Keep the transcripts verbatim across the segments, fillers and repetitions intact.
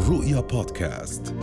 رؤيا بودكاست.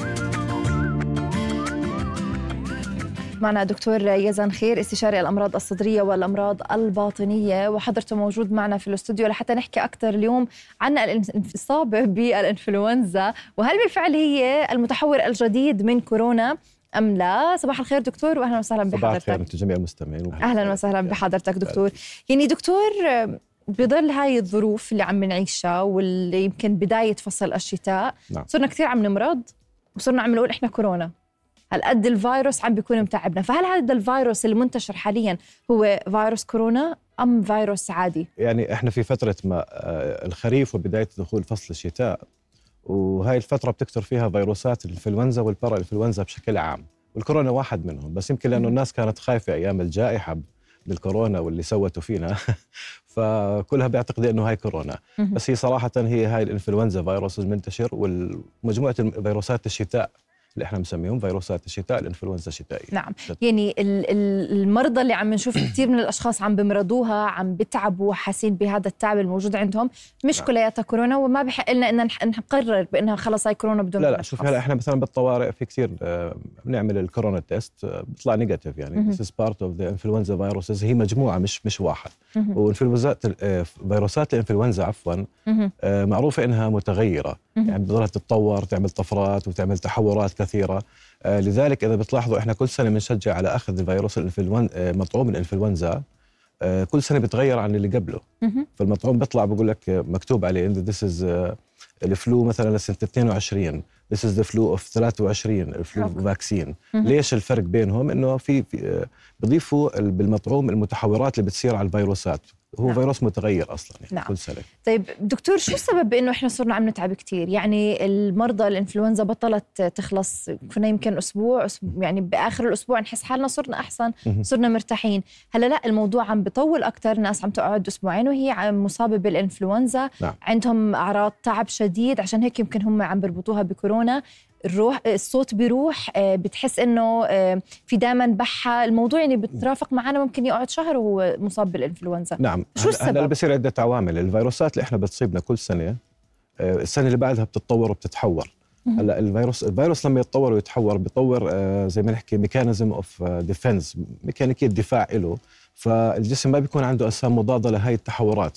معنا دكتور يزن خير، استشاري الأمراض الصدرية والأمراض الباطنية، وحضرته موجود معنا في الاستوديو لحتى نحكي أكثر اليوم عن الإصابة بالإنفلونزا، وهل بالفعل هي المتحور الجديد من كورونا أم لا؟ صباح الخير دكتور، وأهلا وسهلا بحضرتك. صباح الخير أنتم جميع المستمعين. أهلا وسهلا بحضرتك دكتور. يعني دكتور، بظل هاي الظروف اللي عم نعيشها واللي يمكن بداية فصل الشتاء، نعم. صرنا كثير عم نمرض وصرنا عم نقول إحنا كورونا، هل قد الفيروس عم بيكون متعبنا؟ فهل هذا الفيروس المنتشر حاليا هو فيروس كورونا أم فيروس عادي؟ يعني إحنا في فترة ما الخريف وبداية دخول فصل الشتاء، وهاي الفترة بتكثر فيها فيروسات الإنفلونزا والبارا إنفلونزا بشكل عام، والكورونا واحد منهم. بس يمكن لأنه الناس كانت خايفة أيام الجائحة للكورونا واللي سوته فينا فكلها بيعتقد إنه هاي كورونا. بس هي صراحة هي هاي الإنفلونزا فيروس منتشر، والمجموعة الفيروسات الشتاء اللي احنا مسميهم فيروسات الشتاء، الانفلونزا الشتائيه. نعم، يعني المرضى اللي عم نشوف كثير من الاشخاص عم بمرضوها، عم بتعبوا، حاسين بهذا التعب الموجود عندهم، مش نعم. كلياتها كورونا، وما بحق لنا ان نقرر بانها خلص هاي كورونا بدون لا لا شوف، هلا احنا مثلا بالطوارئ في كثير بنعمل الكورونا تيست بيطلع نيجاتيف، يعني this is part of the influenza viruses. هي مجموعه مش مش واحد. وانفلونزات فيروسات الانفلونزا عفوا معروفه انها متغيره، يعني بتضلها تتطور، تعمل طفرات وتعمل تحورات كثيرة. آه لذلك إذا بتلاحظوا إحنا كل سنة بنشجع على أخذ الفيروس الإنفلونزا، آه مطعوم الإنفلونزا، آه كل سنة بتغير عن اللي قبله. فالمطعوم بيطلع بقول لك مكتوب عليه إن this is آه الفلو مثلا لسنة اثنين وعشرين، this is the flu of ثلاثة وعشرين، الفلو فاكسين. ليش الفرق بينهم؟ إنه في, في آه بضيفوا بالمطعوم المتحورات اللي بتصير على الفيروسات. هو نعم. فيروس متغير أصلاً يعني نعم. كل سنة. طيب دكتور، شو السبب بأنه إحنا صرنا عم نتعب كتير؟ يعني المرضى الإنفلونزا بطلت تخلص، كنا يمكن أسبوع, أسبوع يعني بآخر الأسبوع نحس حالنا صرنا أحسن، صرنا مرتاحين. هلا لا، الموضوع عم بطول أكتر، ناس عم تقعد أسبوعين وهي مصابة بالإنفلونزا نعم. عندهم أعراض تعب شديد، عشان هيك يمكن هم عم بربطوها بكورونا. الروح الصوت بيروح، بتحس انه في دائما بحة، الموضوع يعني بترافق معنا، ممكن يقعد شهر وهو مصاب بالإنفلونزا. نعم. شو السبب؟ هلا بصير عدة عوامل. الفيروسات اللي احنا بتصيبنا كل سنة، السنة اللي بعدها بتتطور وبتتحور. هلا الفيروس الفيروس لما يتطور ويتحور بيطور زي ما نحكي ميكانيزم اوف ديفنس، ميكانيكية دفاع له، فالجسم ما بيكون عنده أجسام مضادة لهي التحورات،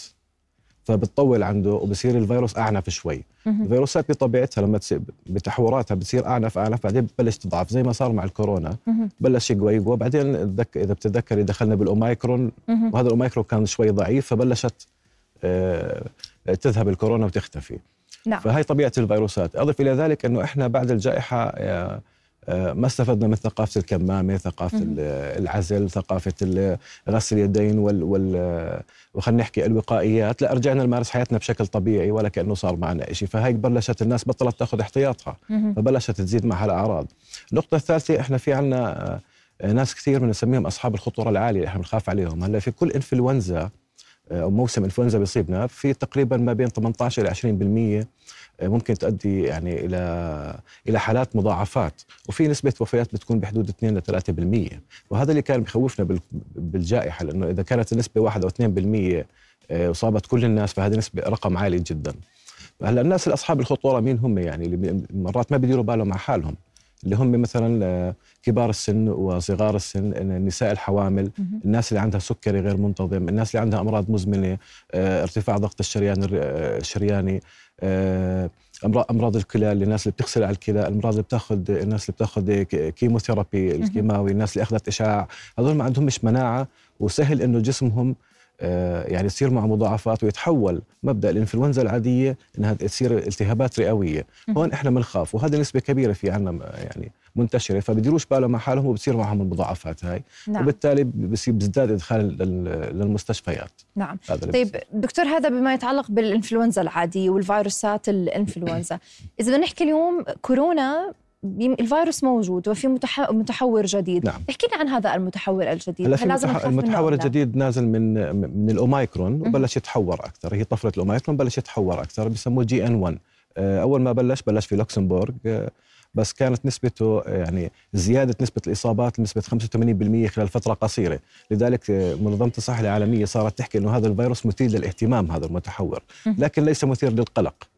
فبتطول عنده وبصير الفيروس أعنف شوي. الفيروسات بطبيعتها لما تصير بتحوراتها بتصير أعنف أعنف، بعدين ببلش تضعف زي ما صار مع الكورونا. بلش يقوى يقوى، بعدين إذا بتتذكري دخلنا بالأوميكرون، وهذا الأوميكرون كان شوي ضعيف، فبلشت آه تذهب الكورونا وتختفي. نعم. فهي طبيعة الفيروسات. أضف إلى ذلك أنه إحنا بعد الجائحة آه ما استفدنا من ثقافة الكمامة، ثقافة العزل، ثقافة غسل اليدين وال, وال وخلينا نحكي الوقائيات. لا، رجعنا نمارس حياتنا بشكل طبيعي ولا كأنه صار معنا شيء. فهي بلشت الناس بطلت تأخذ احتياطها، فبلشت تزيد معها الأعراض. النقطة الثالثة، إحنا في عنا ناس كثير بنسميهم أصحاب الخطورة العالية، إحنا بنخاف عليهم. هلا في كل إنفلونزا أو موسم إنفلونزا بيصيبنا في تقريبا ما بين ثمانية عشر إلى عشرين بالمئة ممكن تؤدي يعني إلى إلى حالات مضاعفات، وفي نسبة وفيات بتكون بحدود اثنين إلى ثلاثة بالمئة. وهذا اللي كان بخوفنا بالجائحة، لأنه إذا كانت النسبة واحد أو اثنين بالمئة وصابت كل الناس، فهذه نسبة رقم عالي جدا. هلا الناس الأصحاب الخطورة مين هم؟ يعني اللي مرات ما بيديروا بالهم مع حالهم، اللي هم مثلا كبار السن وصغار السن، النساء الحوامل، الناس اللي عندها سكري غير منتظم، الناس اللي عندها أمراض مزمنة، ارتفاع ضغط الشريان الشرياني، أمراض الكلى، الناس اللي بتغسل على الكلى، الأمراض اللي بتاخذ، الناس اللي بتاخذ كيموثيرابي الكيماوي، الناس اللي أخذت إشعاع، هذول ما عندهمش مناعة، وسهل إنه جسمهم يعني يصير مع مضاعفات ويتحول مبدأ الإنفلونزا العادية إنها تصير التهابات رئوية. هون إحنا بنخاف، وهذه نسبة كبيرة في عنا يعني منتشرة، فبيديروش بالهم مع حالهم وبتصير معهم المضاعفات هاي. نعم. وبالتالي بيزداد إدخال للمستشفيات. نعم. طيب دكتور، هذا بما يتعلق بالإنفلونزا العادية والفيروسات الإنفلونزا. إذا بدنا نحكي اليوم كورونا، الفيروس موجود وفي متحور جديد. نعم. احكي لنا عن هذا المتحور الجديد. هل لازم نخاف منه؟ المتحور الجديد نازل من من الأوميكرون وبلش يتحور أكثر. هي طفرة الأوميكرون بلش يتحور أكثر، بيسموه جي إن واحد. أول ما بلش بلش في لوكسمبورغ، بس كانت نسبته يعني زيادة نسبة الإصابات لنسبة خمسة وثمانين بالمئة خلال فترة قصيرة. لذلك منظمة الصحة العالمية صارت تحكي إنه هذا الفيروس مثير للاهتمام، هذا المتحور، لكن ليس مثير للقلق.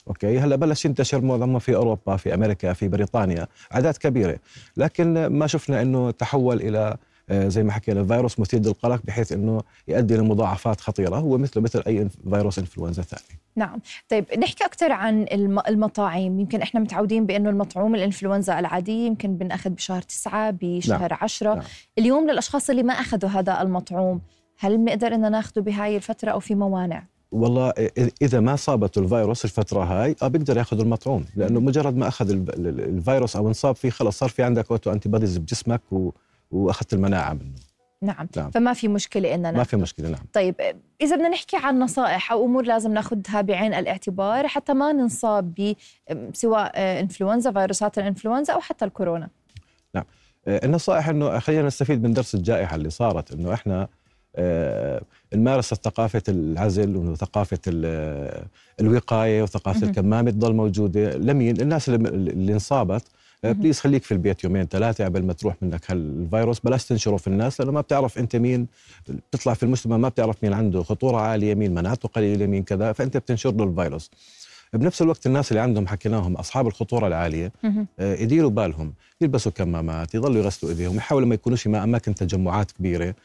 اوكي هلا بلش ينتشر معظمها في اوروبا، في امريكا، في بريطانيا، اعداد كبيره، لكن ما شفنا انه تحول الى زي ما حكينا فيروس مثير للقلق بحيث انه يؤدي لمضاعفات خطيره، هو مثله مثل اي فيروس انفلونزا ثاني. نعم. طيب نحكي اكثر عن المطاعم. يمكن احنا متعودين بانه المطعوم الانفلونزا العاديه يمكن بناخذ بشهر تسعة، بشهر نعم. عشرة. نعم. اليوم للاشخاص اللي ما اخذوا هذا المطعوم، هل بنقدر ان ناخذه بهاي الفتره او في موانع؟ والله اذا ما صابته الفيروس الفتره هاي اه بيقدر ياخذ المطعوم، لانه مجرد ما اخذ الفيروس او انصاب فيه خلص صار في عندك اوتو انتي بوديز بجسمك و... واخذت المناعه منه. نعم. نعم. فما في مشكله اننا ما في مشكله. نعم. طيب اذا بدنا نحكي عن نصائح او امور لازم ناخذها بعين الاعتبار حتى ما ننصاب ب سواء انفلونزا، فيروسات الانفلونزا او حتى الكورونا. نعم. النصائح انه خلينا نستفيد من درس الجائحه اللي صارت، انه احنا نمارس ثقافه العزل وثقافه الوقايه وثقافه الكمامه تضل موجوده. لمين الناس اللي انصابت بليز خليك في البيت يومين ثلاثة قبل ما تروح منك هالفيروس، بلاش تنشره في الناس، لأنه ما بتعرف أنت مين، بتطلع في المجتمع ما بتعرف مين عنده خطورة عالية، مين مناعته قليلة، مين كذا، فأنت بتنشر له الفيروس. بنفس الوقت الناس اللي عندهم حكيناهم أصحاب الخطورة العالية يديروا بالهم، يلبسوا كمامات، يضلوا يغسلوا إيديهم، يحاولوا ما يكونوش في أماكن تجمعات كبيرة،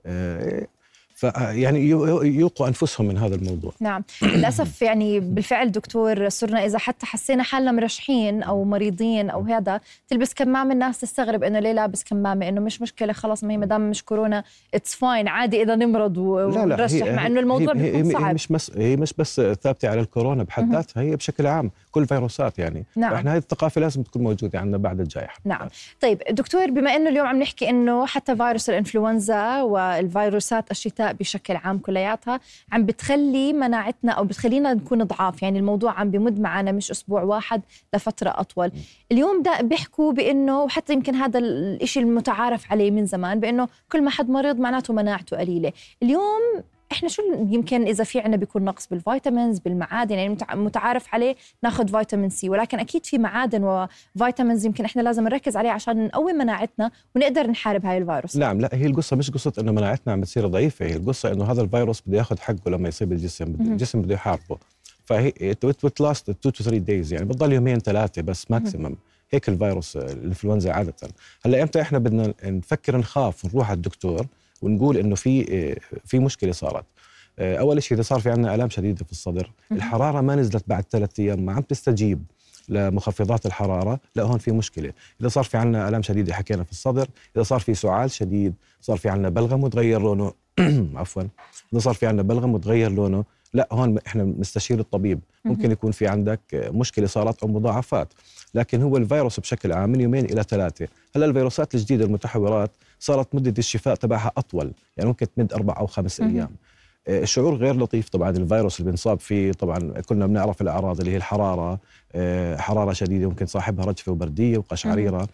فيعني يوقوا أنفسهم من هذا الموضوع. نعم. للأسف يعني بالفعل دكتور صرنا إذا حتى حسينا حالنا مرشحين أو مريضين أو هذا تلبس كمامة، الناس تستغرب إنه ليه لابس كمامة، إنه مش مشكلة خلاص، ما هي مدام مش كورونا اتس فاين، عادي إذا نمرض ونرشح، مع إنه الموضوع هي بيكون هي صعب. هي مش بس هي مش بس ثابتة على الكورونا بحد ذاتها، هي بشكل عام كل فيروسات يعني. نعم. إحنا هذه الثقافة لازم تكون موجودة عندنا بعد الجائحة. نعم. طيب دكتور، بما إنه اليوم عم نحكي إنه حتى فيروس الإنفلونزا والفيروسات الشتاء بشكل عام كلياتها عم بتخلي مناعتنا أو بتخلينا نكون ضعاف، يعني الموضوع عم بمد معنا مش أسبوع واحد لفترة أطول. اليوم ده بيحكوا بأنه، وحتى يمكن هذا الإشي المتعارف عليه من زمان، بأنه كل ما حد مريض معناته مناعته قليلة. اليوم احنا شو يمكن اذا في عنا بيكون نقص بالفيتامينز بالمعادن، يعني متعارف عليه ناخذ فيتامين سي، ولكن اكيد في معادن وفيتامينز يمكن احنا لازم نركز عليه عشان نقوي مناعتنا ونقدر نحارب هاي الفيروس. نعم. لا، هي القصه مش قصه انه مناعتنا عم بتصير ضعيفه، هي القصه انه هذا الفيروس بده ياخذ حقه لما يصيب الجسم، الجسم بده يحاربه، فهي ات لاست تو تو ثري دايز، يعني بتضل يومين ثلاثه بس ماكسيمم. هيك الفيروس الانفلونزا عاده. هلا امتى احنا بدنا نفكر نخاف ونروح على الدكتور ونقول انه في في مشكله صارت؟ اول شيء اذا صار في عندنا الام شديده في الصدر، الحراره ما نزلت بعد ثلاث ايام، ما عم تستجيب لمخفضات الحراره، لا هون في مشكله. اذا صار في عندنا الام شديده حكينا في الصدر، اذا صار في سعال شديد، صار في عندنا بلغم وتغير لونه عفوا اذا صار في عندنا بلغم وتغير لونه، لا هون احنا نستشير الطبيب، ممكن يكون في عندك مشكله صارت او مضاعفات. لكن هو الفيروس بشكل عام من يومين الى ثلاثه. هلا الفيروسات الجديده المتحورات صارت مده الشفاء تبعها اطول، يعني ممكن تمد اربع او خمس ايام. الشعور غير لطيف طبعا، الفيروس اللي بنصاب فيه طبعا كلنا بنعرف الاعراض اللي هي الحراره، حراره شديده، ممكن صاحبها رجفه وبرديه وقشعريره،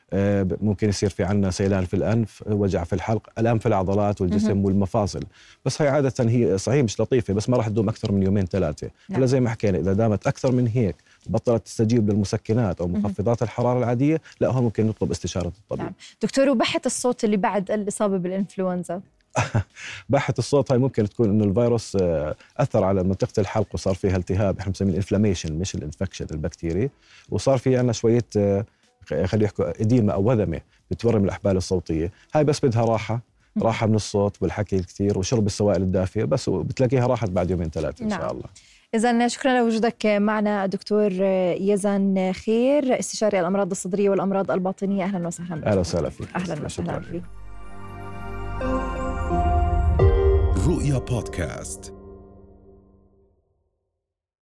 ممكن يصير في عنا سيلان في الانف، وجع في الحلق، الام في العضلات والجسم والمفاصل. بس هي عاده هي صحيح مش لطيفه، بس ما راح تدوم اكثر من يومين ثلاثه. هلا زي ما حكينا اذا دامت اكثر من هيك بطلت تستجيب للمسكنات او مخفضات الحراره العاديه، لا هون ممكن نطلب استشاره الطبيب. نعم. دكتور، وبحث الصوت اللي بعد الاصابه بالانفلونزا؟ بحث الصوت هاي ممكن تكون انه الفيروس اثر على منطقه الحلق وصار فيها التهاب، احنا بنسميه الانفلاميشن مش الانفكشن البكتيري، وصار في عندنا شويه خلينا يحكوا اديمه او وذمه بتورم الاحبال الصوتيه. هاي بس بدها راحه راحه من الصوت والحكي الكثير وشرب السوائل الدافيه بس، وبتلاقيها راحت بعد يومين ثلاثه ان نعم. شاء الله. إذن شكرا لوجودك معنا دكتور يزن خير، استشاري الأمراض الصدرية والأمراض الباطنية. أهلا وسهلا بك. أهلا وسهلا فيك. أهلا وسهلا فيك. رؤيا بودكاست.